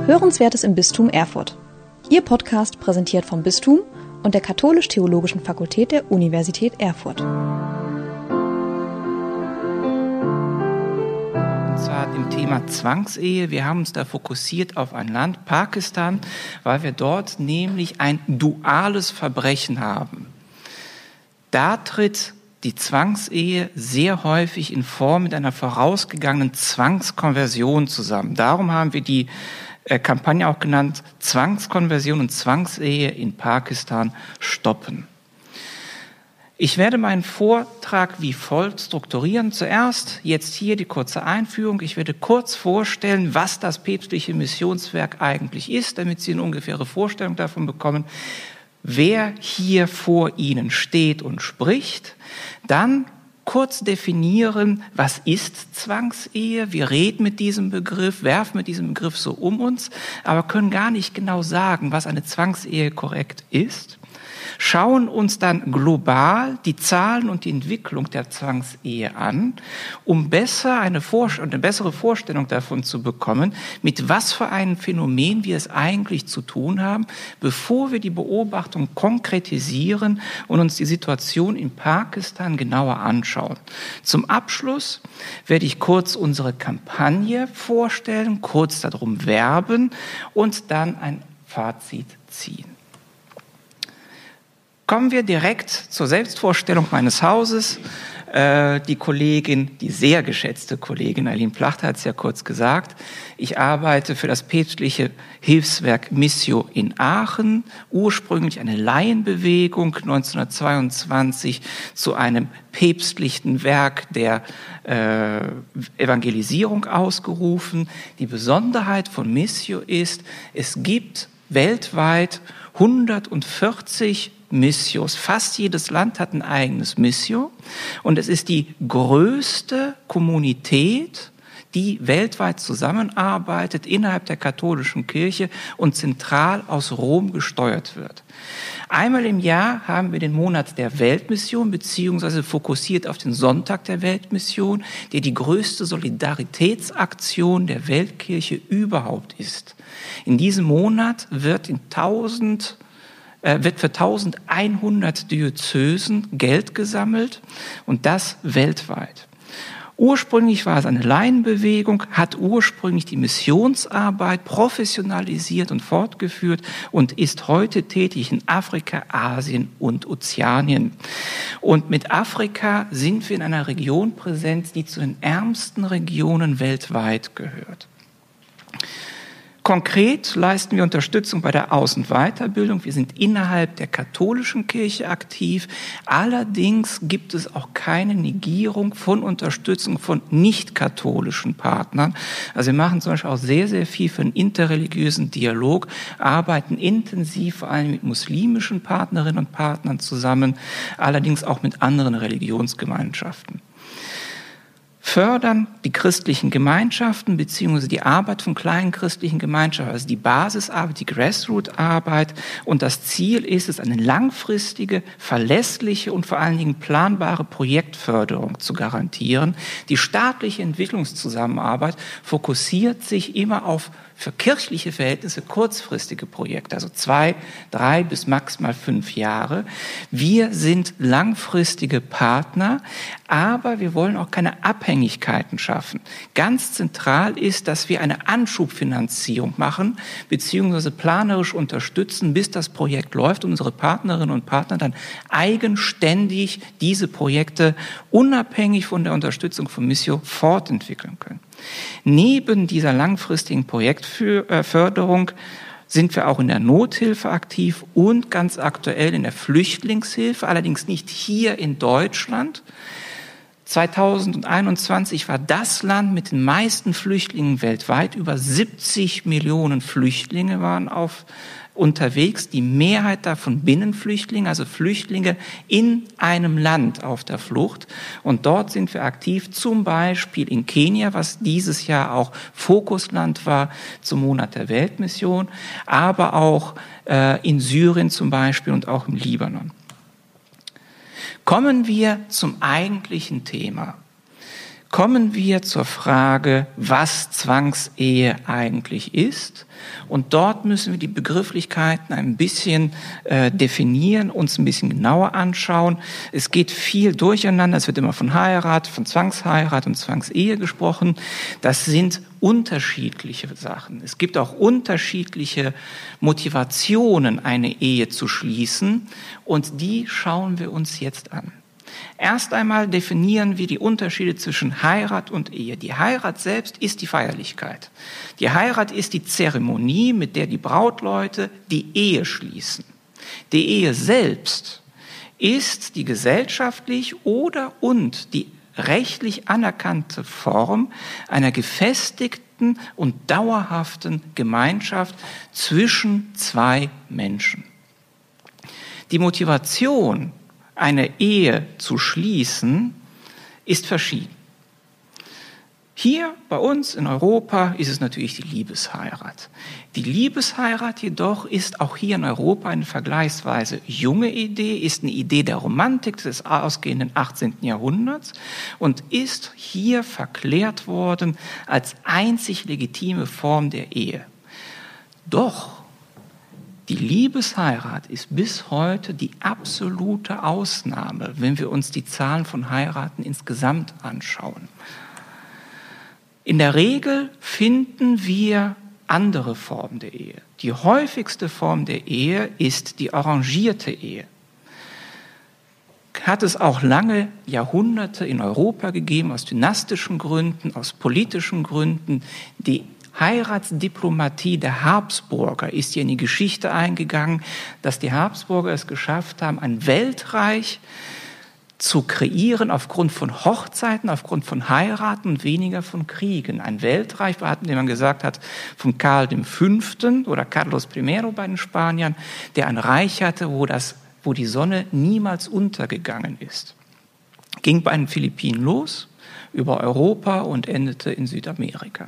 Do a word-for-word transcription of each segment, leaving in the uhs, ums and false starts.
Hörenswertes im Bistum Erfurt. Ihr Podcast präsentiert vom Bistum und der Katholisch-Theologischen Fakultät der Universität Erfurt. Und zwar dem Thema Zwangsehe. Wir haben uns da fokussiert auf ein Land, Pakistan, weil wir dort nämlich ein duales Verbrechen haben. Da tritt die Zwangsehe sehr häufig in Form mit einer vorausgegangenen Zwangskonversion zusammen. Darum haben wir die äh, Kampagne auch genannt, Zwangskonversion und Zwangsehe in Pakistan stoppen. Ich werde meinen Vortrag wie folgt strukturieren. Zuerst jetzt hier die kurze Einführung. Ich werde kurz vorstellen, was das päpstliche Missionswerk eigentlich ist, damit Sie eine ungefähre Vorstellung davon bekommen, wer hier vor Ihnen steht und spricht. Dann kurz definieren, was ist Zwangsehe? Wir reden mit diesem Begriff, werfen mit diesem Begriff so um uns, aber können gar nicht genau sagen, was eine Zwangsehe korrekt ist. Schauen uns dann global die Zahlen und die Entwicklung der Zwangsehe an, um besser eine, Vor- eine bessere Vorstellung davon zu bekommen, mit was für einem Phänomen wir es eigentlich zu tun haben, bevor wir die Beobachtung konkretisieren und uns die Situation in Pakistan genauer anschauen. Zum Abschluss werde ich kurz unsere Kampagne vorstellen, kurz darum werben und dann ein Fazit ziehen. Kommen wir direkt zur Selbstvorstellung meines Hauses. Äh, die Kollegin, die sehr geschätzte Kollegin Aline Plachter hat es ja kurz gesagt. Ich arbeite für das päpstliche Hilfswerk Missio in Aachen, ursprünglich eine Laienbewegung, neunzehnhundertzweiundzwanzig zu einem päpstlichen Werk der äh, Evangelisierung ausgerufen. Die Besonderheit von Missio ist, es gibt weltweit hundertvierzig Missios. Fast jedes Land hat ein eigenes Missio und es ist die größte Kommunität, die weltweit zusammenarbeitet innerhalb der katholischen Kirche und zentral aus Rom gesteuert wird. Einmal im Jahr haben wir den Monat der Weltmission, beziehungsweise fokussiert auf den Sonntag der Weltmission, der die größte Solidaritätsaktion der Weltkirche überhaupt ist. In diesem Monat wird in tausend wird für eintausendeinhundert Diözesen Geld gesammelt und das weltweit. Ursprünglich war es eine Laienbewegung, hat ursprünglich die Missionsarbeit professionalisiert und fortgeführt und ist heute tätig in Afrika, Asien und Ozeanien. Und mit Afrika sind wir in einer Region präsent, die zu den ärmsten Regionen weltweit gehört. Konkret leisten wir Unterstützung bei der Aus- und Weiterbildung. Wir sind innerhalb der katholischen Kirche aktiv. Allerdings gibt es auch keine Negierung von Unterstützung von nicht-katholischen Partnern. Also wir machen zum Beispiel auch sehr, sehr viel für einen interreligiösen Dialog, arbeiten intensiv vor allem mit muslimischen Partnerinnen und Partnern zusammen, allerdings auch mit anderen Religionsgemeinschaften. Fördern die christlichen Gemeinschaften beziehungsweise die Arbeit von kleinen christlichen Gemeinschaften, also die Basisarbeit, die Grassroot-Arbeit. Und das Ziel ist es, eine langfristige, verlässliche und vor allen Dingen planbare Projektförderung zu garantieren. Die staatliche Entwicklungszusammenarbeit fokussiert sich immer auf für kirchliche Verhältnisse kurzfristige Projekte, also zwei, drei bis maximal fünf Jahre. Wir sind langfristige Partner, aber wir wollen auch keine Abhängigkeiten schaffen. Ganz zentral ist, dass wir eine Anschubfinanzierung machen, beziehungsweise planerisch unterstützen, bis das Projekt läuft und unsere Partnerinnen und Partner dann eigenständig diese Projekte unabhängig von der Unterstützung von Missio fortentwickeln können. Neben dieser langfristigen Projektförderung sind wir auch in der Nothilfe aktiv und ganz aktuell in der Flüchtlingshilfe, allerdings nicht hier in Deutschland. zweitausendeinundzwanzig war das Land mit den meisten Flüchtlingen weltweit. Über siebzig Millionen Flüchtlinge waren auf unterwegs, die Mehrheit davon Binnenflüchtlinge, also Flüchtlinge in einem Land auf der Flucht. Und dort sind wir aktiv, zum Beispiel in Kenia, was dieses Jahr auch Fokusland war zum Monat der Weltmission, aber auch äh, in Syrien zum Beispiel und auch im Libanon. Kommen wir zum eigentlichen Thema. kommen wir zur Frage, was Zwangsehe eigentlich ist. Und dort müssen wir die Begrifflichkeiten ein bisschen äh, definieren, uns ein bisschen genauer anschauen. Es geht viel durcheinander. Es wird immer von Heirat, von Zwangsheirat und Zwangsehe gesprochen. Das sind unterschiedliche Sachen. Es gibt auch unterschiedliche Motivationen, eine Ehe zu schließen. Und die schauen wir uns jetzt an. Erst einmal definieren wir die Unterschiede zwischen Heirat und Ehe. Die Heirat selbst ist die Feierlichkeit. Die Heirat ist die Zeremonie, mit der die Brautleute die Ehe schließen. Die Ehe selbst ist die gesellschaftlich oder und die rechtlich anerkannte Form einer gefestigten und dauerhaften Gemeinschaft zwischen zwei Menschen. Die Motivation, eine Ehe zu schließen, ist verschieden. Hier bei uns in Europa ist es natürlich die Liebesheirat. Die Liebesheirat jedoch ist auch hier in Europa eine vergleichsweise junge Idee, ist eine Idee der Romantik des ausgehenden achtzehnten Jahrhunderts und ist hier verklärt worden als einzig legitime Form der Ehe. Doch die Liebesheirat ist bis heute die absolute Ausnahme, wenn wir uns die Zahlen von Heiraten insgesamt anschauen. In der Regel finden wir andere Formen der Ehe. Die häufigste Form der Ehe ist die arrangierte Ehe. Hat es auch lange Jahrhunderte in Europa gegeben, aus dynastischen Gründen, aus politischen Gründen. Die Heiratsdiplomatie der Habsburger ist hier in die Geschichte eingegangen, dass die Habsburger es geschafft haben, ein Weltreich zu kreieren aufgrund von Hochzeiten, aufgrund von Heiraten und weniger von Kriegen. Ein Weltreich, wie man gesagt hat, von Karl dem Fünften oder Carlos Primero bei den Spaniern, der ein Reich hatte, wo, das, wo die Sonne niemals untergegangen ist. Ging bei den Philippinen los, über Europa und endete in Südamerika.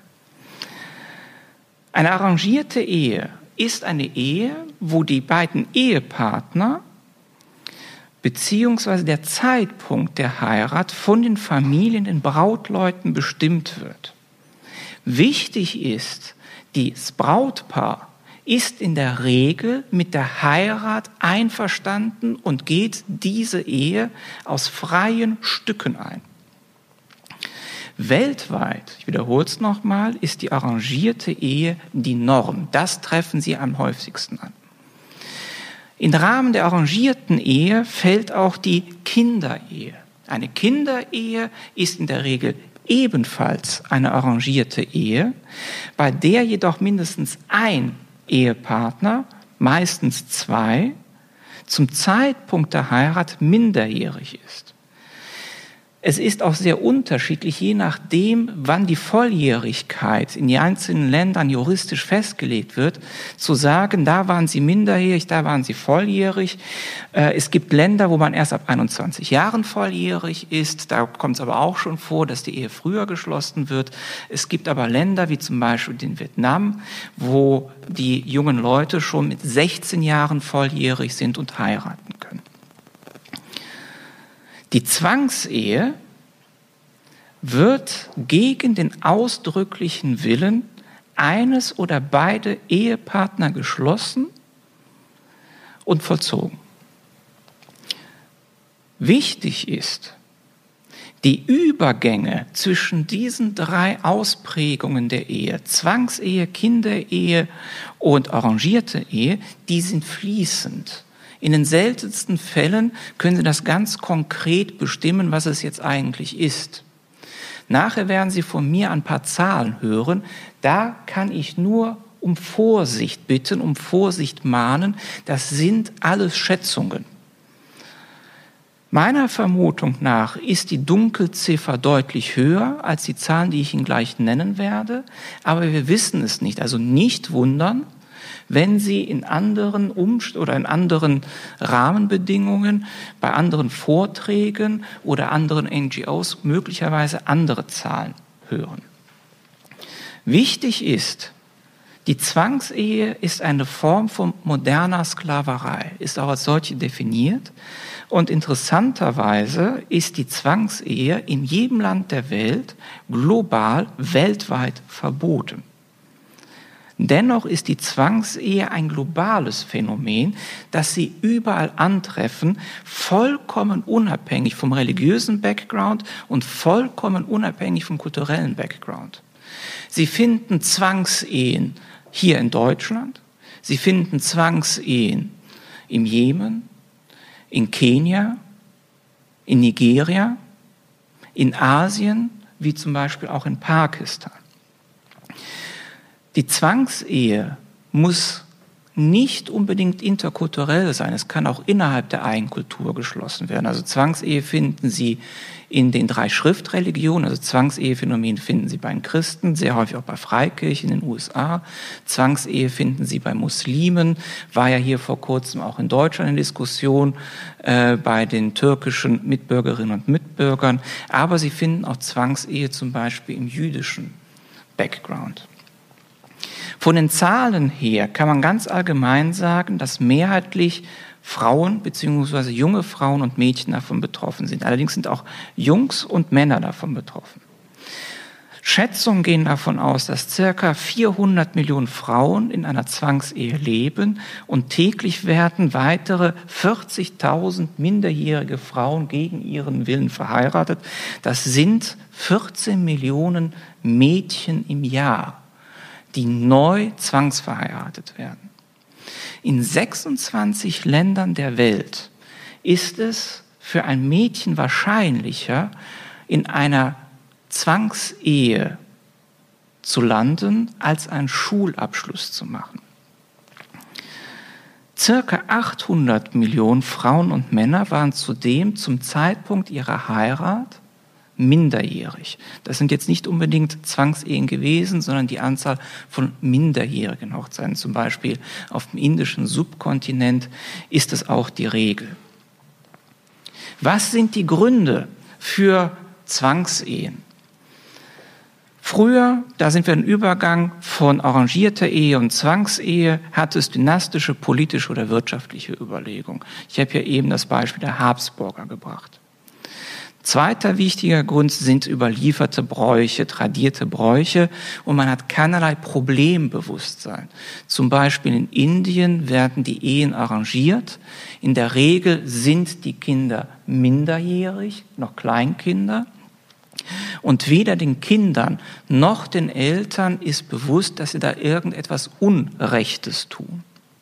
Eine arrangierte Ehe ist eine Ehe, wo die beiden Ehepartner beziehungsweise der Zeitpunkt der Heirat von den Familien, den Brautleuten bestimmt wird. Wichtig ist, das Brautpaar ist in der Regel mit der Heirat einverstanden und geht diese Ehe aus freien Stücken ein. Weltweit, ich wiederhole es nochmal, ist die arrangierte Ehe die Norm. Das treffen Sie am häufigsten an. Im Rahmen der arrangierten Ehe fällt auch die Kinderehe. Eine Kinderehe ist in der Regel ebenfalls eine arrangierte Ehe, bei der jedoch mindestens ein Ehepartner, meistens zwei, zum Zeitpunkt der Heirat minderjährig ist. Es ist auch sehr unterschiedlich, je nachdem, wann die Volljährigkeit in den einzelnen Ländern juristisch festgelegt wird, zu sagen, da waren sie minderjährig, da waren sie volljährig. Es gibt Länder, wo man erst ab einundzwanzig Jahren volljährig ist. Da kommt es aber auch schon vor, dass die Ehe früher geschlossen wird. Es gibt aber Länder, wie zum Beispiel in Vietnam, wo die jungen Leute schon mit sechzehn Jahren volljährig sind und heiraten können. Die Zwangsehe wird gegen den ausdrücklichen Willen eines oder beide Ehepartner geschlossen und vollzogen. Wichtig ist, die Übergänge zwischen diesen drei Ausprägungen der Ehe, Zwangsehe, Kinderehe und arrangierte Ehe, die sind fließend. In den seltensten Fällen können Sie das ganz konkret bestimmen, was es jetzt eigentlich ist. Nachher werden Sie von mir ein paar Zahlen hören. Da kann ich nur um Vorsicht bitten, um Vorsicht mahnen. Das sind alles Schätzungen. Meiner Vermutung nach ist die Dunkelziffer deutlich höher als die Zahlen, die ich Ihnen gleich nennen werde. Aber wir wissen es nicht. Also nicht wundern, wenn Sie in anderen Umst- oder in anderen Rahmenbedingungen, bei anderen Vorträgen oder anderen N G Os möglicherweise andere Zahlen hören. Wichtig ist, Die Zwangsehe ist eine Form von moderner Sklaverei, ist auch als solche definiert. Und interessanterweise ist die Zwangsehe in jedem Land der Welt global, weltweit verboten. Dennoch ist die Zwangsehe ein globales Phänomen, das Sie überall antreffen, vollkommen unabhängig vom religiösen Background und vollkommen unabhängig vom kulturellen Background. Sie finden Zwangsehen hier in Deutschland, Sie finden Zwangsehen im Jemen, in Kenia, in Nigeria, in Asien, wie zum Beispiel auch in Pakistan. Die Zwangsehe muss nicht unbedingt interkulturell sein, es kann auch innerhalb der eigenen Kultur geschlossen werden. Also Zwangsehe finden Sie in den drei Schriftreligionen, also Zwangsehephänomene finden Sie bei den Christen, sehr häufig auch bei Freikirchen in den U S A. Zwangsehe finden Sie bei Muslimen, war ja hier vor kurzem auch in Deutschland eine Diskussion äh, bei den türkischen Mitbürgerinnen und Mitbürgern. Aber Sie finden auch Zwangsehe zum Beispiel im jüdischen Background. Von den Zahlen her kann man ganz allgemein sagen, dass mehrheitlich Frauen bzw. junge Frauen und Mädchen davon betroffen sind. Allerdings sind auch Jungs und Männer davon betroffen. Schätzungen gehen davon aus, dass circa vierhundert Millionen Frauen in einer Zwangsehe leben und täglich werden weitere vierzigtausend minderjährige Frauen gegen ihren Willen verheiratet. Das sind vierzehn Millionen Mädchen im Jahr, die neu zwangsverheiratet werden. In sechsundzwanzig Ländern der Welt ist es für ein Mädchen wahrscheinlicher, in einer Zwangsehe zu landen, als einen Schulabschluss zu machen. Circa achthundert Millionen Frauen und Männer waren zudem zum Zeitpunkt ihrer Heirat minderjährig. Das sind jetzt nicht unbedingt Zwangsehen gewesen, sondern die Anzahl von minderjährigen Hochzeiten. Zum Beispiel auf dem indischen Subkontinent ist es auch die Regel. Was sind die Gründe für Zwangsehen? Früher, da sind wir im Übergang von arrangierter Ehe und Zwangsehe, hat es dynastische, politische oder wirtschaftliche Überlegungen. Ich habe ja eben das Beispiel der Habsburger gebracht. Zweiter wichtiger Grund sind überlieferte Bräuche, tradierte Bräuche und man hat keinerlei Problembewusstsein. Zum Beispiel in Indien werden die Ehen arrangiert. In der Regel sind die Kinder minderjährig, noch Kleinkinder. Und weder den Kindern noch den Eltern ist bewusst, dass sie da irgendetwas Unrechtes tun.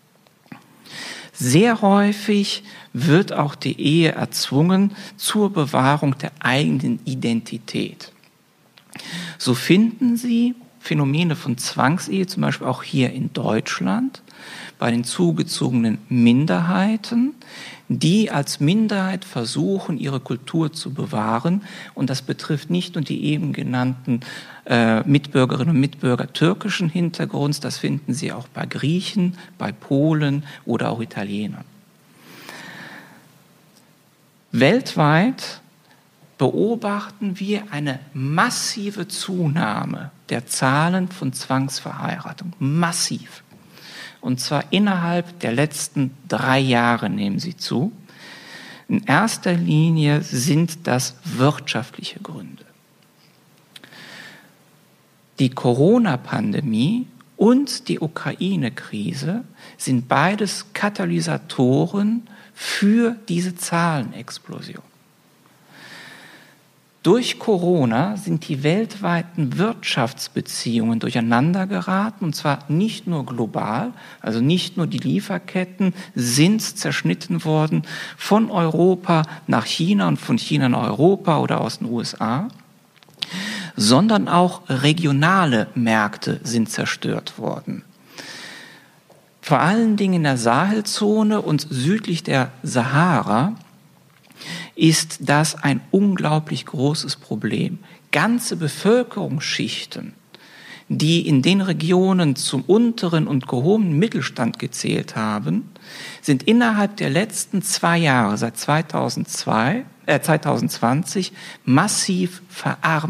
Sehr häufig wird auch die Ehe erzwungen zur Bewahrung der eigenen Identität. So finden Sie Phänomene von Zwangsehe, zum Beispiel auch hier in Deutschland, bei den zugezogenen Minderheiten, die als Minderheit versuchen, ihre Kultur zu bewahren. Und das betrifft nicht nur die eben genannten äh, Mitbürgerinnen und Mitbürger türkischen Hintergrunds, das finden Sie auch bei Griechen, bei Polen oder auch Italienern. Weltweit beobachten wir eine massive Zunahme der Zahlen von Zwangsverheiratung. Massiv. Und zwar innerhalb der letzten drei Jahre nehmen sie zu. In erster Linie sind das wirtschaftliche Gründe. Die Corona-Pandemie und die Ukraine-Krise sind beides Katalysatoren für diese Zahlenexplosion. Durch Corona sind die weltweiten Wirtschaftsbeziehungen durcheinander geraten, und zwar nicht nur global, also nicht nur die Lieferketten sind zerschnitten worden von Europa nach China und von China nach Europa oder aus den U S A, sondern auch regionale Märkte sind zerstört worden. Vor allen Dingen in der Sahelzone und südlich der Sahara ist das ein unglaublich großes Problem. Ganze Bevölkerungsschichten, die in den Regionen zum unteren und gehobenen Mittelstand gezählt haben, sind innerhalb der letzten zwei Jahre, seit zweitausendzwei, äh, zweitausendzwanzig, massiv verarmt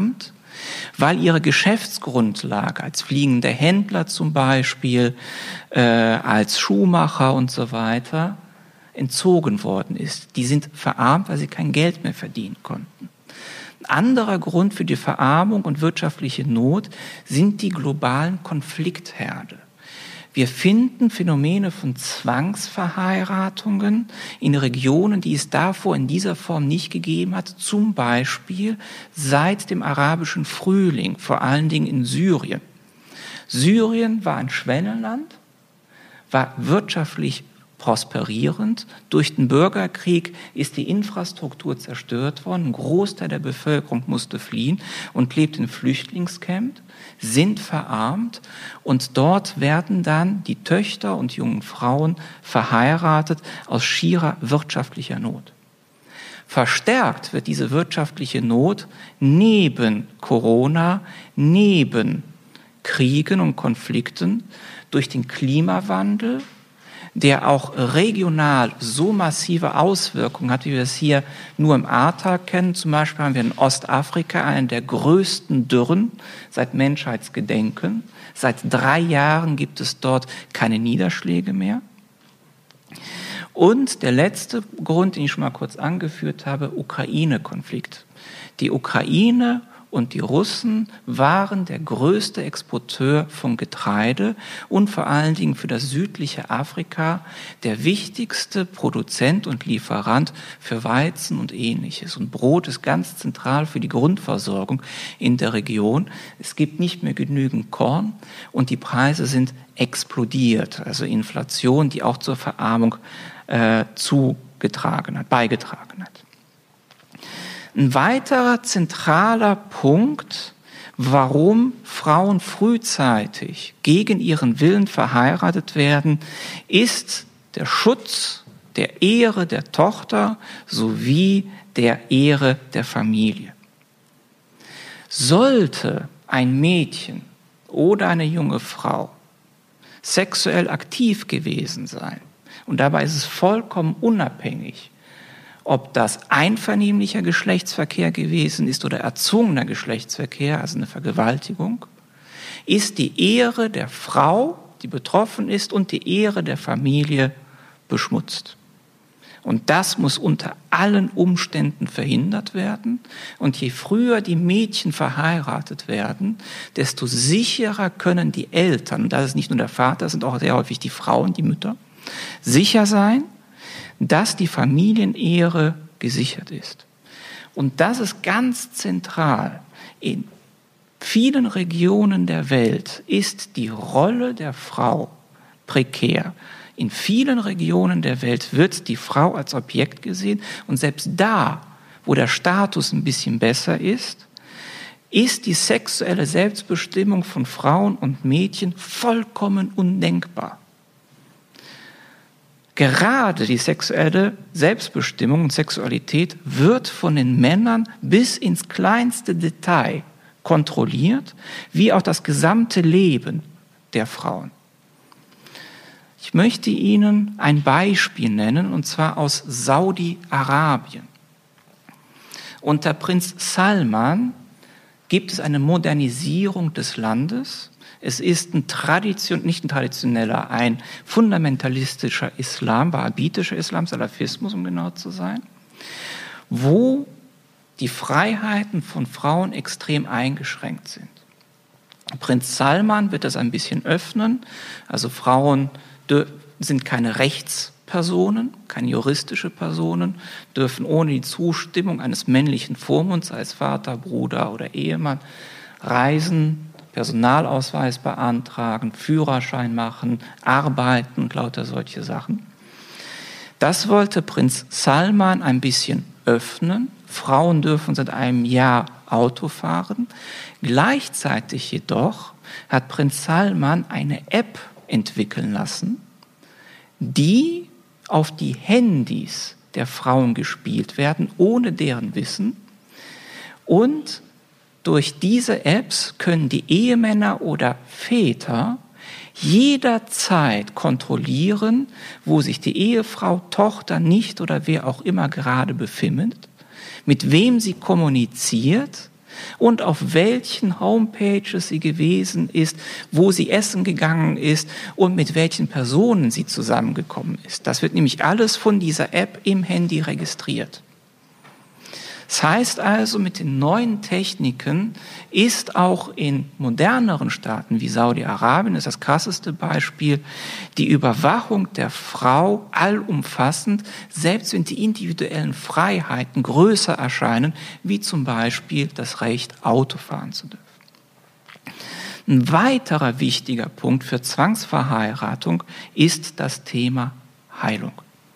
weil ihre Geschäftsgrundlage als fliegender Händler zum Beispiel, äh, als Schuhmacher und so weiter entzogen worden ist. Die sind verarmt, weil sie kein Geld mehr verdienen konnten. Ein anderer Grund für die Verarmung und wirtschaftliche Not sind die globalen Konfliktherde. Wir finden Phänomene von Zwangsverheiratungen in Regionen, die es davor in dieser Form nicht gegeben hat, zum Beispiel seit dem arabischen Frühling, vor allen Dingen in Syrien. Syrien war ein Schwellenland, war wirtschaftlich prosperierend. Durch den Bürgerkrieg ist die Infrastruktur zerstört worden. Ein Großteil der Bevölkerung musste fliehen und lebt in Flüchtlingscamps, sind verarmt und dort werden dann die Töchter und jungen Frauen verheiratet aus schierer wirtschaftlicher Not. Verstärkt wird diese wirtschaftliche Not neben Corona, neben Kriegen und Konflikten durch den Klimawandel, der auch regional so massive Auswirkungen hat, wie wir es hier nur im Ahrtal kennen. Zum Beispiel haben wir in Ostafrika eine der größten Dürren seit Menschheitsgedenken. Seit drei Jahren gibt es dort keine Niederschläge mehr. Und der letzte Grund, den ich schon mal kurz angeführt habe, Ukraine-Konflikt. Die Ukraine und die Russen waren der größte Exporteur von Getreide und vor allen Dingen für das südliche Afrika der wichtigste Produzent und Lieferant für Weizen und Ähnliches. Und Brot ist ganz zentral für die Grundversorgung in der Region. Es gibt nicht mehr genügend Korn und die Preise sind explodiert. Also Inflation, die auch zur Verarmung äh, zugetragen hat, beigetragen hat. Ein weiterer zentraler Punkt, warum Frauen frühzeitig gegen ihren Willen verheiratet werden, ist der Schutz der Ehre der Tochter sowie der Ehre der Familie. Sollte ein Mädchen oder eine junge Frau sexuell aktiv gewesen sein, und dabei ist es vollkommen unabhängig, ob das einvernehmlicher Geschlechtsverkehr gewesen ist oder erzwungener Geschlechtsverkehr, also eine Vergewaltigung, ist die Ehre der Frau, die betroffen ist, und die Ehre der Familie beschmutzt. Und das muss unter allen Umständen verhindert werden. Und je früher die Mädchen verheiratet werden, desto sicherer können die Eltern, und das ist nicht nur der Vater, das sind auch sehr häufig die Frauen, die Mütter, sicher sein, dass die Familienehre gesichert ist. Und das ist ganz zentral. In vielen Regionen der Welt ist die Rolle der Frau prekär. In vielen Regionen der Welt wird die Frau als Objekt gesehen. Und selbst da, wo der Status ein bisschen besser ist, ist die sexuelle Selbstbestimmung von Frauen und Mädchen vollkommen undenkbar. Gerade die sexuelle Selbstbestimmung und Sexualität wird von den Männern bis ins kleinste Detail kontrolliert, wie auch das gesamte Leben der Frauen. Ich möchte Ihnen ein Beispiel nennen, und zwar aus Saudi-Arabien. Unter Prinz Salman gibt es eine Modernisierung des Landes. Es ist ein Tradition, nicht ein traditioneller, ein fundamentalistischer Islam, wahhabitischer Islam, Salafismus, um genau zu sein, wo die Freiheiten von Frauen extrem eingeschränkt sind. Prinz Salman wird das ein bisschen öffnen, also Frauen sind keine Rechtspersonen, keine juristische Personen, dürfen ohne die Zustimmung eines männlichen Vormunds, sei es Vater, Bruder oder Ehemann, reisen, Personalausweis beantragen, Führerschein machen, arbeiten und lauter solche Sachen. Das wollte Prinz Salman ein bisschen öffnen. Frauen dürfen seit einem Jahr Auto fahren. Gleichzeitig jedoch hat Prinz Salman eine App entwickeln lassen, die auf die Handys der Frauen gespielt werden, ohne deren Wissen. Und durch diese Apps können die Ehemänner oder Väter jederzeit kontrollieren, wo sich die Ehefrau, Tochter, nicht oder wer auch immer gerade befindet, mit wem sie kommuniziert, und auf welchen Homepages sie gewesen ist, wo sie essen gegangen ist und mit welchen Personen sie zusammengekommen ist. Das wird nämlich alles von dieser App im Handy registriert. Das heißt also, mit den neuen Techniken ist auch in moderneren Staaten wie Saudi-Arabien, das ist das krasseste Beispiel, die Überwachung der Frau allumfassend, selbst wenn die individuellen Freiheiten größer erscheinen, wie zum Beispiel das Recht, Auto fahren zu dürfen. Ein weiterer wichtiger Punkt für Zwangsverheiratung ist das Thema Heilung.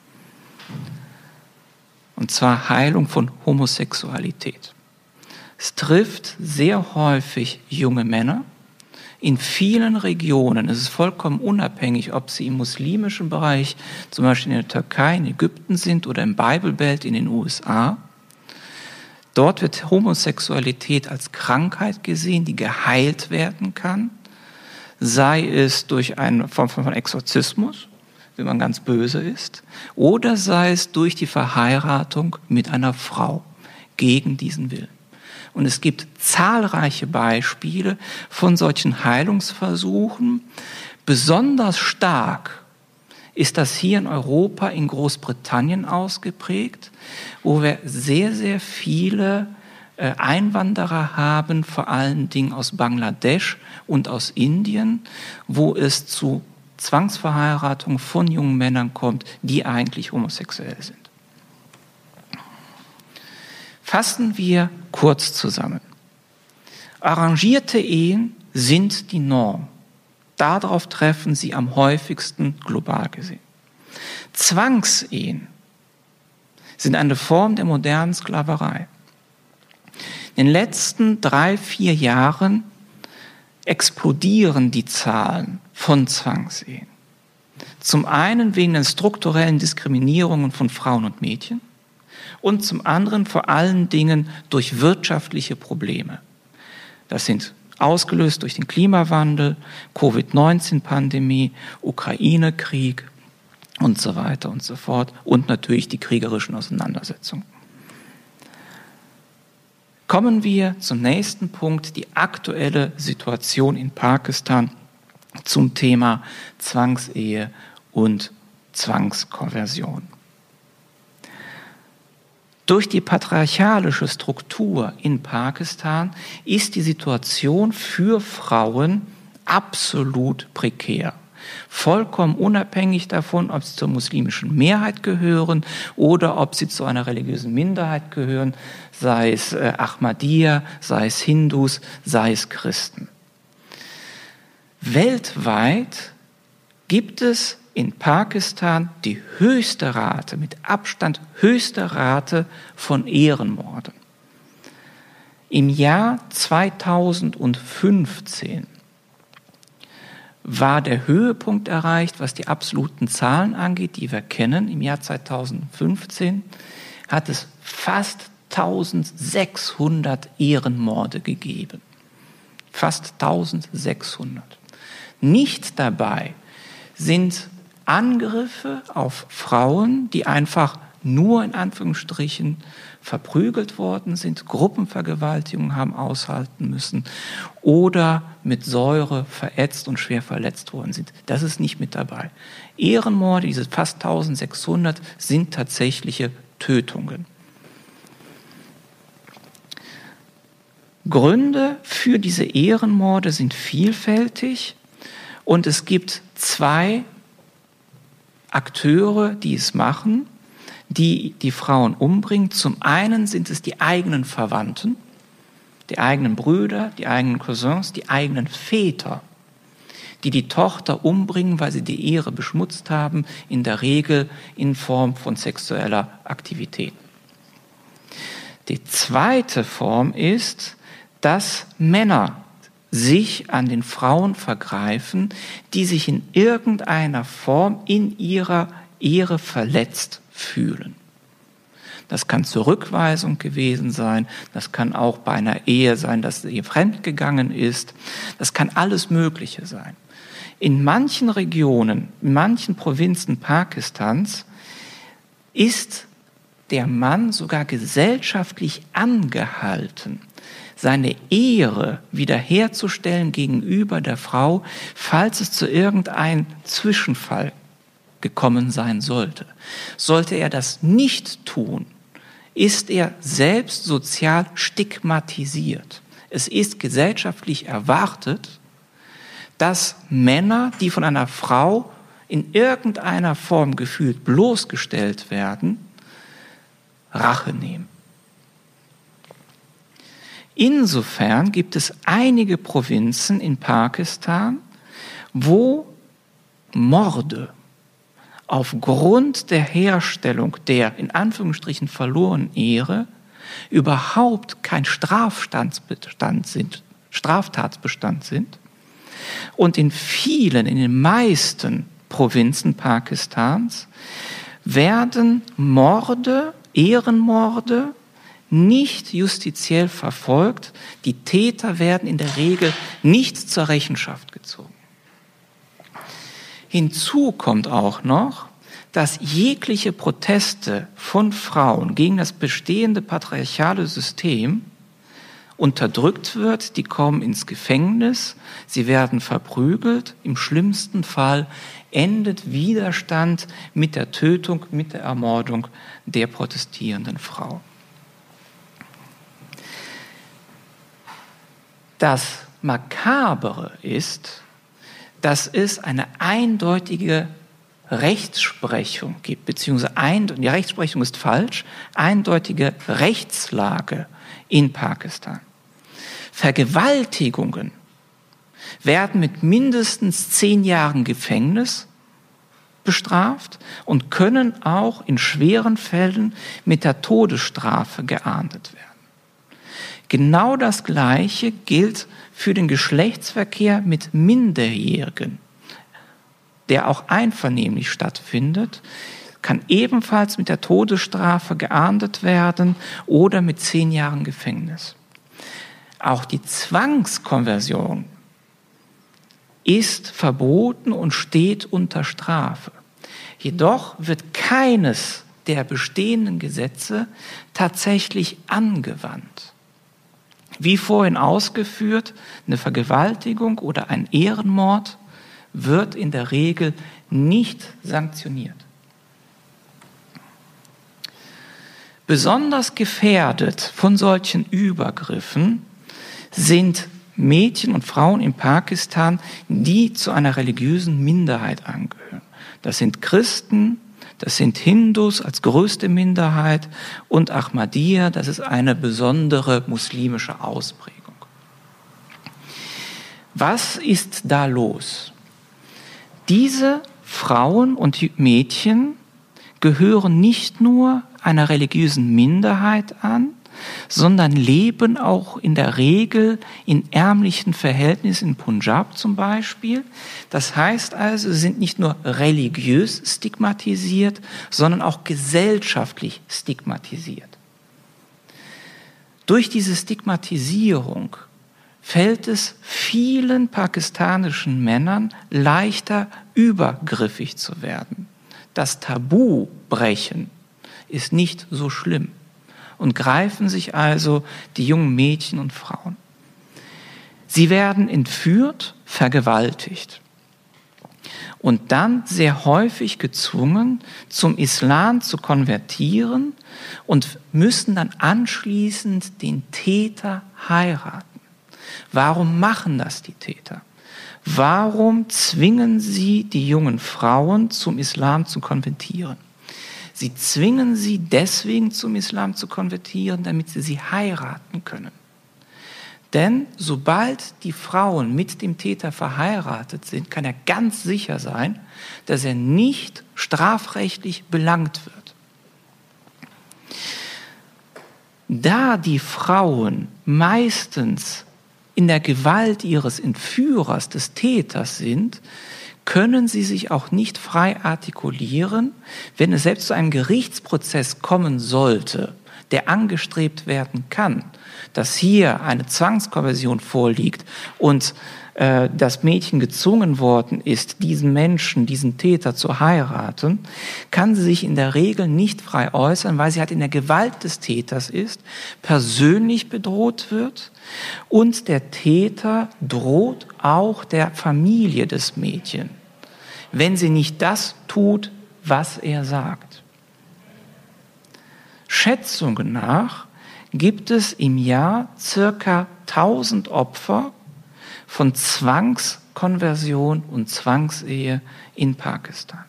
Und zwar Heilung von Homosexualität. Es trifft sehr häufig junge Männer in vielen Regionen. Es ist vollkommen unabhängig, ob sie im muslimischen Bereich, zum Beispiel in der Türkei, in Ägypten sind oder im Bible Belt in den U S A. Dort wird Homosexualität als Krankheit gesehen, die geheilt werden kann, sei es durch eine Form von Exorzismus, wenn man ganz böse ist, oder sei es durch die Verheiratung mit einer Frau gegen diesen Willen. Und es gibt zahlreiche Beispiele von solchen Heilungsversuchen. Besonders stark ist das hier in Europa, in Großbritannien ausgeprägt, wo wir sehr, sehr viele Einwanderer haben, vor allen Dingen aus Bangladesch und aus Indien, wo es zu Zwangsverheiratung von jungen Männern kommt, die eigentlich homosexuell sind. Fassen wir kurz zusammen. Arrangierte Ehen sind die Norm. Darauf treffen sie am häufigsten global gesehen. Zwangsehen sind eine Form der modernen Sklaverei. In den letzten drei, vier Jahren explodieren die Zahlen von Zwangsehen. Zum einen wegen der strukturellen Diskriminierungen von Frauen und Mädchen und zum anderen vor allen Dingen durch wirtschaftliche Probleme. Das sind ausgelöst durch den Klimawandel, Covid neunzehn Pandemie, Ukraine-Krieg und so weiter und so fort und natürlich die kriegerischen Auseinandersetzungen. Kommen wir zum nächsten Punkt, die aktuelle Situation in Pakistan zum Thema Zwangsehe und Zwangskonversion. Durch die patriarchalische Struktur in Pakistan ist die Situation für Frauen absolut prekär. Vollkommen unabhängig davon, ob sie zur muslimischen Mehrheit gehören oder ob sie zu einer religiösen Minderheit gehören, sei es äh, Ahmadiyya, sei es Hindus, sei es Christen. Weltweit gibt es in Pakistan die höchste Rate, mit Abstand höchste Rate von Ehrenmorden. Im Jahr zweitausendfünfzehn war der Höhepunkt erreicht, was die absoluten Zahlen angeht, die wir kennen. Im Jahr zweitausendfünfzehn hat es fast eintausendsechshundert Ehrenmorde gegeben. Fast eintausendsechshundert. Nicht dabei sind Angriffe auf Frauen, die einfach nur in Anführungsstrichen verprügelt worden sind, Gruppenvergewaltigungen haben aushalten müssen oder mit Säure verätzt und schwer verletzt worden sind. Das ist nicht mit dabei. Ehrenmorde, diese fast eintausendsechshundert, sind tatsächliche Tötungen. Gründe für diese Ehrenmorde sind vielfältig und es gibt zwei Akteure, die es machen, die die Frauen umbringen. Zum einen sind es die eigenen Verwandten, die eigenen Brüder, die eigenen Cousins, die eigenen Väter, die die Tochter umbringen, weil sie die Ehre beschmutzt haben, in der Regel in Form von sexueller Aktivität. Die zweite Form ist, dass Männer sich an den Frauen vergreifen, die sich in irgendeiner Form in ihrer Ehre verletzt fühlen. Das kann Zurückweisung gewesen sein, das kann auch bei einer Ehe sein, dass sie fremdgegangen ist, das kann alles Mögliche sein. In manchen Regionen, in manchen Provinzen Pakistans ist der Mann sogar gesellschaftlich angehalten, seine Ehre wiederherzustellen gegenüber der Frau, falls es zu irgendeinem Zwischenfall gekommen sein sollte. Sollte er das nicht tun, ist er selbst sozial stigmatisiert. Es ist gesellschaftlich erwartet, dass Männer, die von einer Frau in irgendeiner Form gefühlt bloßgestellt werden, Rache nehmen. Insofern gibt es einige Provinzen in Pakistan, wo Morde aufgrund der Herstellung der in Anführungsstrichen verlorenen Ehre überhaupt kein Straftatbestand sind, Straftatbestand sind. Und in vielen, in den meisten Provinzen Pakistans werden Morde, Ehrenmorde nicht justiziell verfolgt. Die Täter werden in der Regel nicht zur Rechenschaft gezogen. Hinzu kommt auch noch, dass jegliche Proteste von Frauen gegen das bestehende patriarchale System unterdrückt wird, die kommen ins Gefängnis, sie werden verprügelt, im schlimmsten Fall endet Widerstand mit der Tötung, mit der Ermordung der protestierenden Frau. Das Makabere ist, dass es eine eindeutige Rechtsprechung gibt, beziehungsweise ein, die Rechtsprechung ist falsch, eindeutige Rechtslage in Pakistan. Vergewaltigungen werden mit mindestens zehn Jahren Gefängnis bestraft und können auch in schweren Fällen mit der Todesstrafe geahndet werden. Genau das Gleiche gilt für den Geschlechtsverkehr mit Minderjährigen, der auch einvernehmlich stattfindet, kann ebenfalls mit der Todesstrafe geahndet werden oder mit zehn Jahren Gefängnis. Auch die Zwangskonversion ist verboten und steht unter Strafe. Jedoch wird keines der bestehenden Gesetze tatsächlich angewandt. Wie vorhin ausgeführt, eine Vergewaltigung oder ein Ehrenmord wird in der Regel nicht sanktioniert. Besonders gefährdet von solchen Übergriffen sind Mädchen und Frauen in Pakistan, die zu einer religiösen Minderheit angehören. Das sind Christen, das sind Hindus als größte Minderheit und Ahmadiyya, das ist eine besondere muslimische Ausprägung. Was ist da los? Diese Frauen und Mädchen gehören nicht nur einer religiösen Minderheit an, sondern leben auch in der Regel in ärmlichen Verhältnissen, in Punjab zum Beispiel. Das heißt also, sie sind nicht nur religiös stigmatisiert, sondern auch gesellschaftlich stigmatisiert. Durch diese Stigmatisierung fällt es vielen pakistanischen Männern leichter, übergriffig zu werden. Das Tabu brechen ist nicht so schlimm und greifen sich also die jungen Mädchen und Frauen. Sie werden entführt, vergewaltigt und dann sehr häufig gezwungen, zum Islam zu konvertieren und müssen dann anschließend den Täter heiraten. Warum machen das die Täter? Warum zwingen sie die jungen Frauen zum Islam zu konvertieren? Sie zwingen sie deswegen zum Islam zu konvertieren, damit sie sie heiraten können. Denn sobald die Frauen mit dem Täter verheiratet sind, kann er ganz sicher sein, dass er nicht strafrechtlich belangt wird. Da die Frauen meistens in der Gewalt ihres Entführers, des Täters sind, können sie sich auch nicht frei artikulieren, wenn es selbst zu einem Gerichtsprozess kommen sollte, der angestrebt werden kann, dass hier eine Zwangskonversion vorliegt und äh, das Mädchen gezwungen worden ist, diesen Menschen, diesen Täter zu heiraten, kann sie sich in der Regel nicht frei äußern, weil sie halt in der Gewalt des Täters ist, persönlich bedroht wird und der Täter droht auch der Familie des Mädchens, wenn sie nicht das tut, was er sagt. Schätzungen nach gibt es im Jahr circa tausend Opfer von Zwangskonversion und Zwangsehe in Pakistan.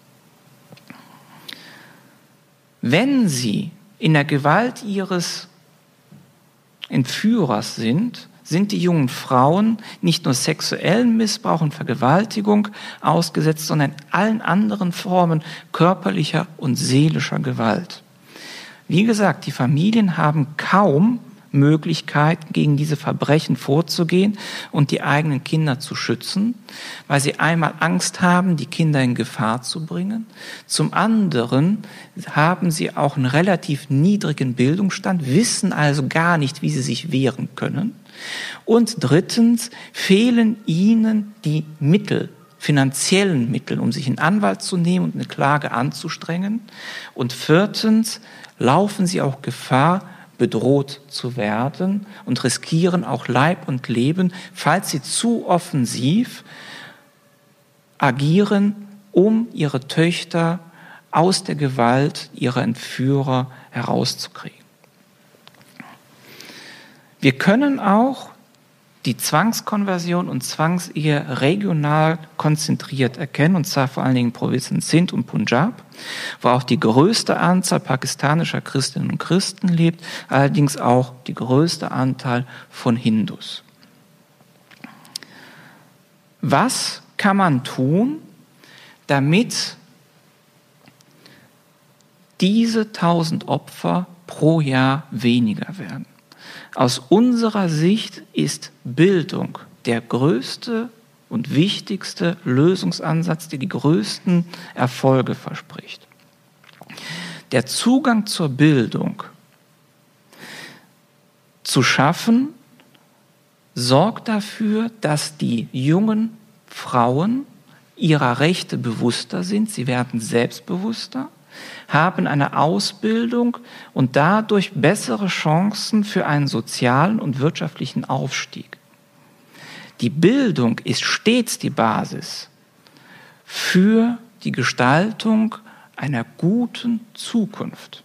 Wenn sie in der Gewalt ihres Entführers sind, sind die jungen Frauen nicht nur sexuellen Missbrauch und Vergewaltigung ausgesetzt, sondern allen anderen Formen körperlicher und seelischer Gewalt. Wie gesagt, die Familien haben kaum Möglichkeiten, gegen diese Verbrechen vorzugehen und die eigenen Kinder zu schützen, weil sie einmal Angst haben, die Kinder in Gefahr zu bringen. Zum anderen haben sie auch einen relativ niedrigen Bildungsstand, wissen also gar nicht, wie sie sich wehren können. Und drittens fehlen ihnen die Mittel, finanziellen Mittel, um sich einen Anwalt zu nehmen und eine Klage anzustrengen. Und viertens laufen sie auch Gefahr, bedroht zu werden und riskieren auch Leib und Leben, falls sie zu offensiv agieren, um ihre Töchter aus der Gewalt ihrer Entführer herauszukriegen. Wir können auch die Zwangskonversion und Zwangsehe regional konzentriert erkennen, und zwar vor allen Dingen in Provinzen Sindh und Punjab, wo auch die größte Anzahl pakistanischer Christinnen und Christen lebt, allerdings auch die größte Anteil von Hindus. Was kann man tun, damit diese tausend Opfer pro Jahr weniger werden? Aus unserer Sicht ist Bildung der größte und wichtigste Lösungsansatz, der die größten Erfolge verspricht. Der Zugang zur Bildung zu schaffen, sorgt dafür, dass die jungen Frauen ihrer Rechte bewusster sind, sie werden selbstbewusster, haben eine Ausbildung und dadurch bessere Chancen für einen sozialen und wirtschaftlichen Aufstieg. Die Bildung ist stets die Basis für die Gestaltung einer guten Zukunft.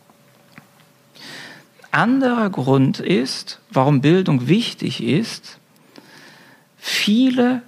Anderer Grund ist, warum Bildung wichtig ist, viele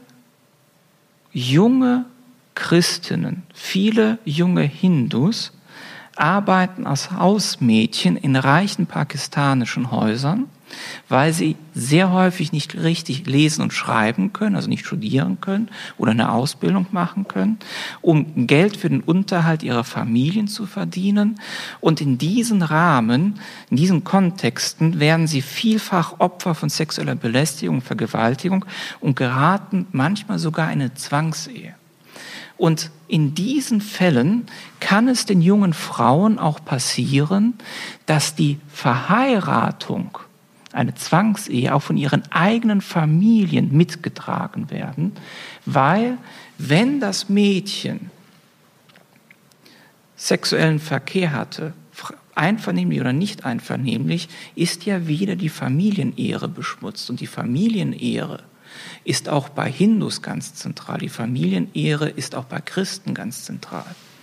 junge Christinnen, viele junge Hindus arbeiten als Hausmädchen in reichen pakistanischen Häusern, weil sie sehr häufig nicht richtig lesen und schreiben können, also nicht studieren können oder eine Ausbildung machen können, um Geld für den Unterhalt ihrer Familien zu verdienen. Und in diesen Rahmen, in diesen Kontexten werden sie vielfach Opfer von sexueller Belästigung und Vergewaltigung und geraten manchmal sogar in eine Zwangsehe. Und in diesen Fällen kann es den jungen Frauen auch passieren, dass die Verheiratung, eine Zwangsehe, auch von ihren eigenen Familien mitgetragen werden, weil wenn das Mädchen sexuellen Verkehr hatte, einvernehmlich oder nicht einvernehmlich, ist ja wieder die Familienehre beschmutzt. Und die Familienehre ist auch bei Hindus ganz zentral. Die Familienehre ist auch bei Christen ganz zentral.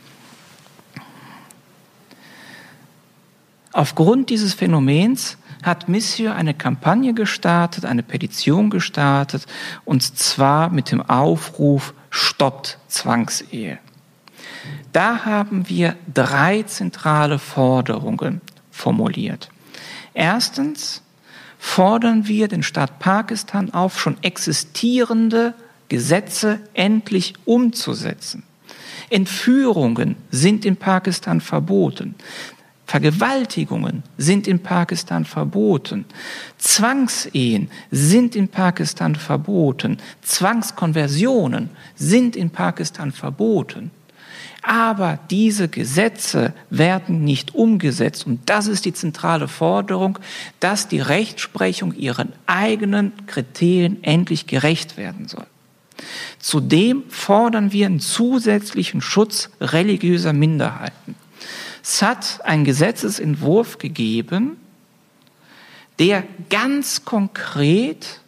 Aufgrund dieses Phänomens hat Missio eine Kampagne gestartet, eine Petition gestartet, und zwar mit dem Aufruf Stoppt Zwangsehe. Da haben wir drei zentrale Forderungen formuliert. Erstens fordern wir den Staat Pakistan auf, schon existierende Gesetze endlich umzusetzen. Entführungen sind in Pakistan verboten. Vergewaltigungen sind in Pakistan verboten. Zwangsehen sind in Pakistan verboten. Zwangskonversionen sind in Pakistan verboten. Aber diese Gesetze werden nicht umgesetzt. Und das ist die zentrale Forderung, dass die Rechtsprechung ihren eigenen Kriterien endlich gerecht werden soll. Zudem fordern wir einen zusätzlichen Schutz religiöser Minderheiten. Es hat einen Gesetzesentwurf gegeben, der ganz konkret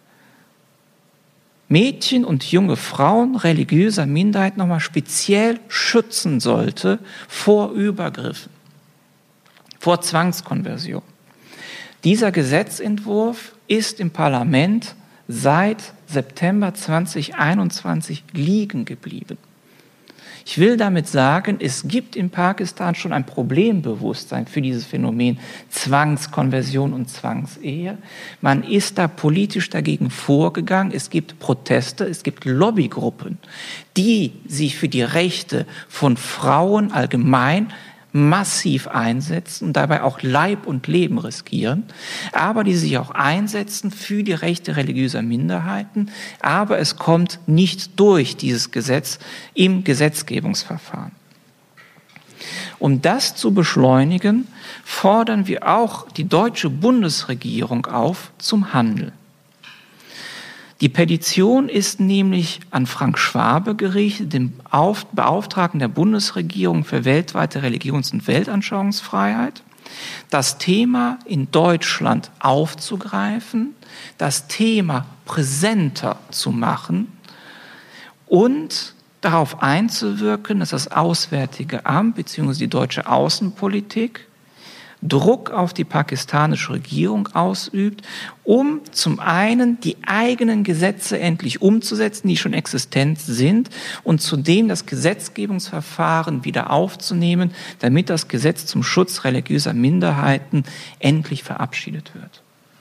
Mädchen und junge Frauen religiöser Minderheiten nochmal speziell schützen sollte vor Übergriffen, vor Zwangskonversion. Dieser Gesetzentwurf ist im Parlament seit September zweitausendeinundzwanzig liegen geblieben. Ich will damit sagen, es gibt in Pakistan schon ein Problembewusstsein für dieses Phänomen Zwangskonversion und Zwangsehe. Man ist da politisch dagegen vorgegangen. Es gibt Proteste, es gibt Lobbygruppen, die sich für die Rechte von Frauen allgemein massiv einsetzen und dabei auch Leib und Leben riskieren, aber die sich auch einsetzen für die Rechte religiöser Minderheiten, aber es kommt nicht durch dieses Gesetz im Gesetzgebungsverfahren. Um das zu beschleunigen, fordern wir auch die deutsche Bundesregierung auf zum Handeln. Die Petition ist nämlich an Frank Schwabe gerichtet, dem Beauftragten der Bundesregierung für weltweite Religions- und Weltanschauungsfreiheit, das Thema in Deutschland aufzugreifen, das Thema präsenter zu machen und darauf einzuwirken, dass das Auswärtige Amt bzw. die deutsche Außenpolitik Druck auf die pakistanische Regierung ausübt, um zum einen die eigenen Gesetze endlich umzusetzen, die schon existent sind, und zudem das Gesetzgebungsverfahren wieder aufzunehmen, damit das Gesetz zum Schutz religiöser Minderheiten endlich verabschiedet wird.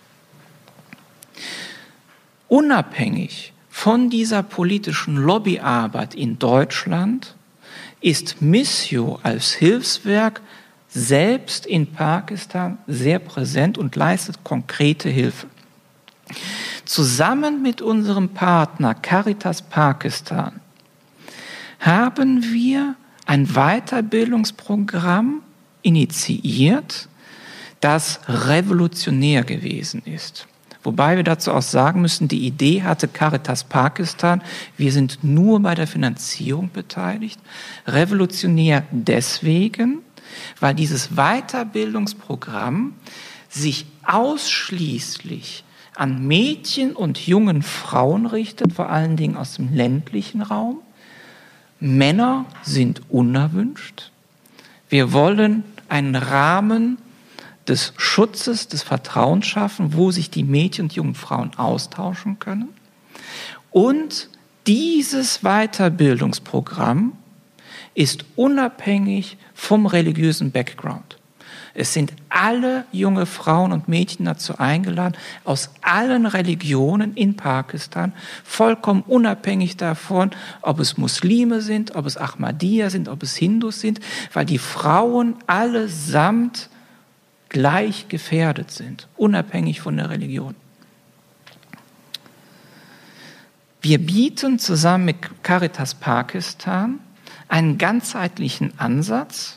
Unabhängig von dieser politischen Lobbyarbeit in Deutschland ist Missio als Hilfswerk selbst in Pakistan sehr präsent und leistet konkrete Hilfe. Zusammen mit unserem Partner Caritas Pakistan haben wir ein Weiterbildungsprogramm initiiert, das revolutionär gewesen ist. Wobei wir dazu auch sagen müssen, die Idee hatte Caritas Pakistan, wir sind nur bei der Finanzierung beteiligt. Revolutionär deswegen, weil dieses Weiterbildungsprogramm sich ausschließlich an Mädchen und jungen Frauen richtet, vor allen Dingen aus dem ländlichen Raum. Männer sind unerwünscht. Wir wollen einen Rahmen des Schutzes, des Vertrauens schaffen, wo sich die Mädchen und jungen Frauen austauschen können. Und dieses Weiterbildungsprogramm ist unabhängig vom religiösen Background. Es sind alle junge Frauen und Mädchen dazu eingeladen, aus allen Religionen in Pakistan, vollkommen unabhängig davon, ob es Muslime sind, ob es Ahmadiyya sind, ob es Hindus sind, weil die Frauen allesamt gleich gefährdet sind, unabhängig von der Religion. Wir bieten zusammen mit Caritas Pakistan einen ganzheitlichen Ansatz.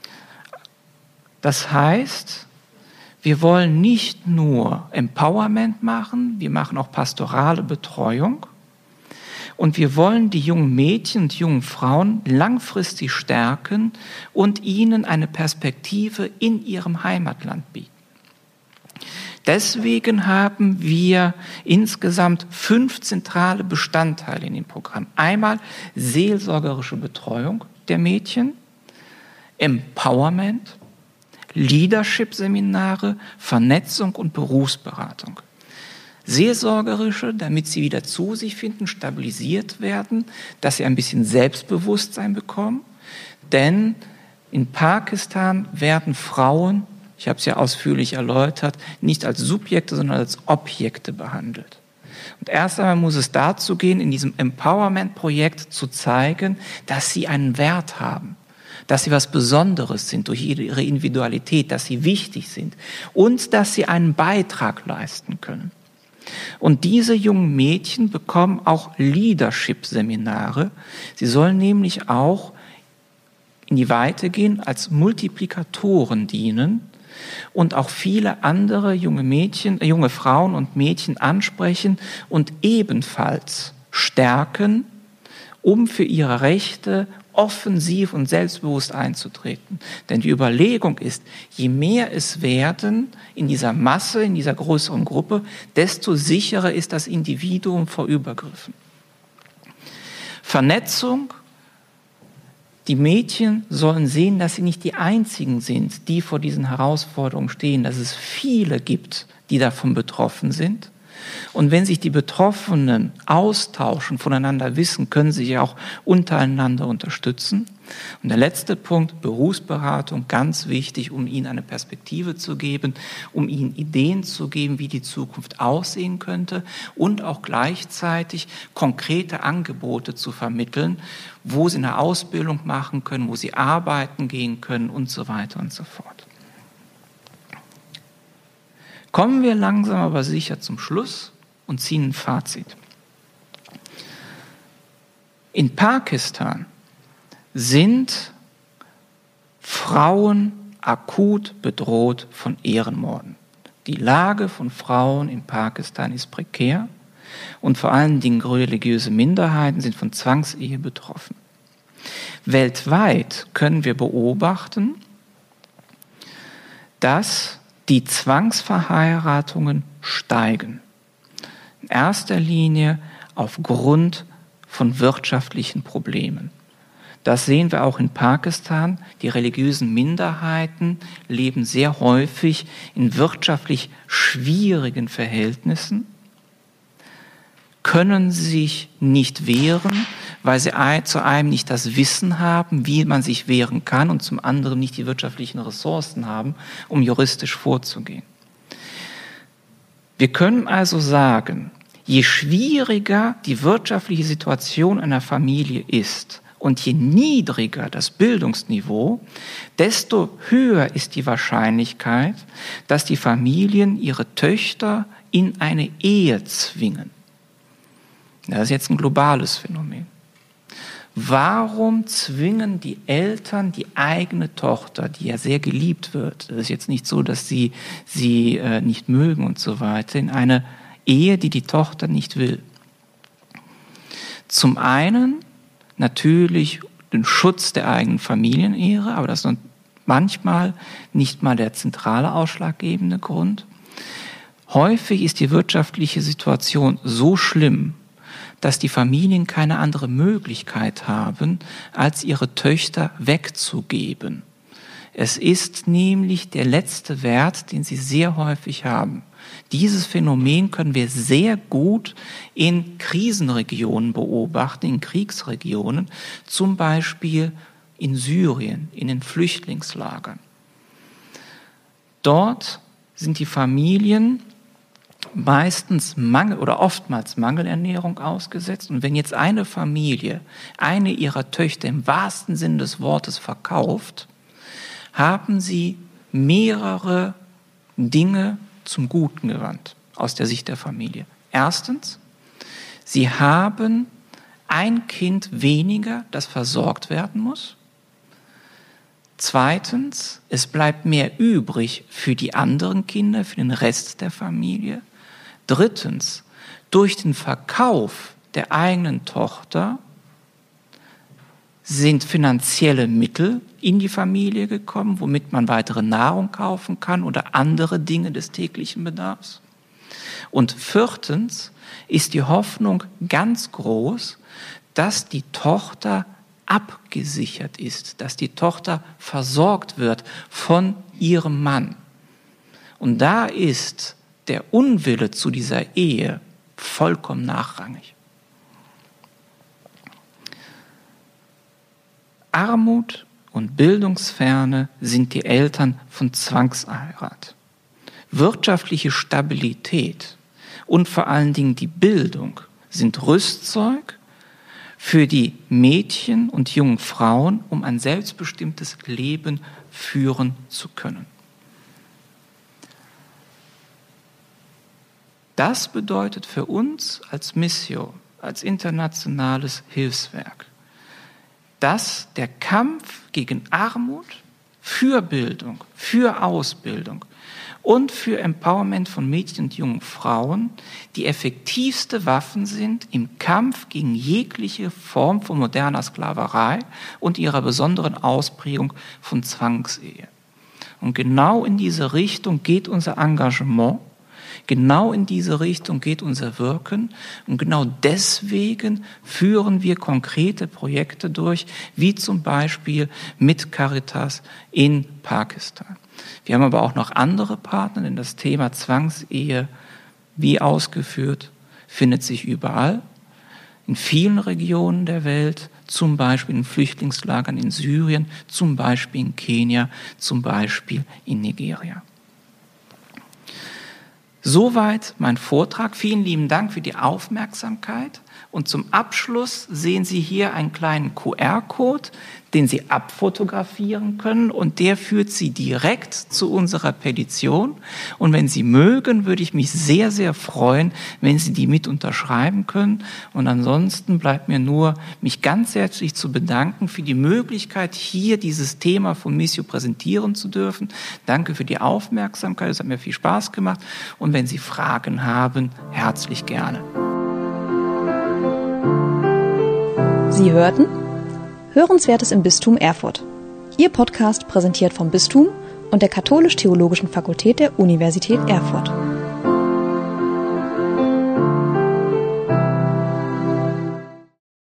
Das heißt, wir wollen nicht nur Empowerment machen, wir machen auch pastorale Betreuung und wir wollen die jungen Mädchen und jungen Frauen langfristig stärken und ihnen eine Perspektive in ihrem Heimatland bieten. Deswegen haben wir insgesamt fünf zentrale Bestandteile in dem Programm. Einmal seelsorgerische Betreuung der Mädchen, Empowerment, Leadership-Seminare, Vernetzung und Berufsberatung. Seelsorgerische, damit sie wieder zu sich finden, stabilisiert werden, dass sie ein bisschen Selbstbewusstsein bekommen. Denn in Pakistan werden Frauen, ich habe es ja ausführlich erläutert, nicht als Subjekte, sondern als Objekte behandelt. Und erst einmal muss es dazu gehen, in diesem Empowerment-Projekt zu zeigen, dass sie einen Wert haben, dass sie was Besonderes sind durch ihre Individualität, dass sie wichtig sind und dass sie einen Beitrag leisten können. Und diese jungen Mädchen bekommen auch Leadership-Seminare. Sie sollen nämlich auch in die Weite gehen, als Multiplikatoren dienen und auch viele andere junge Mädchen, äh, junge Frauen und Mädchen ansprechen und ebenfalls stärken, um für ihre Rechte offensiv und selbstbewusst einzutreten. Denn die Überlegung ist, je mehr es werden in dieser Masse, in dieser größeren Gruppe, desto sicherer ist das Individuum vor Übergriffen. Vernetzung. Die Mädchen sollen sehen, dass sie nicht die einzigen sind, die vor diesen Herausforderungen stehen, dass es viele gibt, die davon betroffen sind. Und wenn sich die Betroffenen austauschen, voneinander wissen, können sie sich auch untereinander unterstützen. Und der letzte Punkt, Berufsberatung, ganz wichtig, um ihnen eine Perspektive zu geben, um ihnen Ideen zu geben, wie die Zukunft aussehen könnte und auch gleichzeitig konkrete Angebote zu vermitteln, wo sie eine Ausbildung machen können, wo sie arbeiten gehen können und so weiter und so fort. Kommen wir langsam aber sicher zum Schluss und ziehen ein Fazit. In Pakistan sind Frauen akut bedroht von Ehrenmorden. Die Lage von Frauen in Pakistan ist prekär und vor allen Dingen religiöse Minderheiten sind von Zwangsehe betroffen. Weltweit können wir beobachten, dass die Zwangsverheiratungen steigen. In erster Linie aufgrund von wirtschaftlichen Problemen. Das sehen wir auch in Pakistan. Die religiösen Minderheiten leben sehr häufig in wirtschaftlich schwierigen Verhältnissen, können sich nicht wehren, weil sie zu einem nicht das Wissen haben, wie man sich wehren kann und zum anderen nicht die wirtschaftlichen Ressourcen haben, um juristisch vorzugehen. Wir können also sagen, je schwieriger die wirtschaftliche Situation einer Familie ist und je niedriger das Bildungsniveau, desto höher ist die Wahrscheinlichkeit, dass die Familien ihre Töchter in eine Ehe zwingen. Das ist jetzt ein globales Phänomen. Warum zwingen die Eltern die eigene Tochter, die ja sehr geliebt wird, das ist jetzt nicht so, dass sie sie äh, nicht mögen und so weiter, in eine Ehe, die die Tochter nicht will? Zum einen natürlich den Schutz der eigenen Familienehre, aber das ist manchmal nicht mal der zentrale ausschlaggebende Grund. Häufig ist die wirtschaftliche Situation so schlimm, dass die Familien keine andere Möglichkeit haben, als ihre Töchter wegzugeben. Es ist nämlich der letzte Wert, den sie sehr häufig haben. Dieses Phänomen können wir sehr gut in Krisenregionen beobachten, in Kriegsregionen, zum Beispiel in Syrien, in den Flüchtlingslagern. Dort sind die Familien meistens Mangel oder oftmals Mangelernährung ausgesetzt. Und wenn jetzt eine Familie eine ihrer Töchter im wahrsten Sinne des Wortes verkauft, haben sie mehrere Dinge zum Guten gewandt aus der Sicht der Familie. Erstens, sie haben ein Kind weniger, das versorgt werden muss. Zweitens, es bleibt mehr übrig für die anderen Kinder, für den Rest der Familie. Drittens, durch den Verkauf der eigenen Tochter sind finanzielle Mittel in die Familie gekommen, womit man weitere Nahrung kaufen kann oder andere Dinge des täglichen Bedarfs. Und viertens ist die Hoffnung ganz groß, dass die Tochter abgesichert ist, dass die Tochter versorgt wird von ihrem Mann. Und da ist der Unwille zu dieser Ehe vollkommen nachrangig. Armut und Bildungsferne sind die Eltern von Zwangsheirat. Wirtschaftliche Stabilität und vor allen Dingen die Bildung sind Rüstzeug für die Mädchen und jungen Frauen, um ein selbstbestimmtes Leben führen zu können. Das bedeutet für uns als Missio, als internationales Hilfswerk, dass der Kampf gegen Armut, für Bildung, für Ausbildung und für Empowerment von Mädchen und jungen Frauen die effektivste Waffen sind im Kampf gegen jegliche Form von moderner Sklaverei und ihrer besonderen Ausprägung von Zwangsehe. Und genau in diese Richtung geht unser Engagement, genau in diese Richtung geht unser Wirken und genau deswegen führen wir konkrete Projekte durch, wie zum Beispiel mit Caritas in Pakistan. Wir haben aber auch noch andere Partner, denn das Thema Zwangsehe, wie ausgeführt, findet sich überall, in vielen Regionen der Welt, zum Beispiel in Flüchtlingslagern in Syrien, zum Beispiel in Kenia, zum Beispiel in Nigeria. Soweit mein Vortrag. Vielen lieben Dank für die Aufmerksamkeit. Und zum Abschluss sehen Sie hier einen kleinen Q R-Code, den Sie abfotografieren können und der führt Sie direkt zu unserer Petition. Und wenn Sie mögen, würde ich mich sehr, sehr freuen, wenn Sie die mit unterschreiben können. Und ansonsten bleibt mir nur, mich ganz herzlich zu bedanken für die Möglichkeit, hier dieses Thema von Missio präsentieren zu dürfen. Danke für die Aufmerksamkeit, es hat mir viel Spaß gemacht. Und wenn Sie Fragen haben, herzlich gerne. Sie hörten Hörenswertes im Bistum Erfurt. Ihr Podcast präsentiert vom Bistum und der Katholisch-Theologischen Fakultät der Universität Erfurt.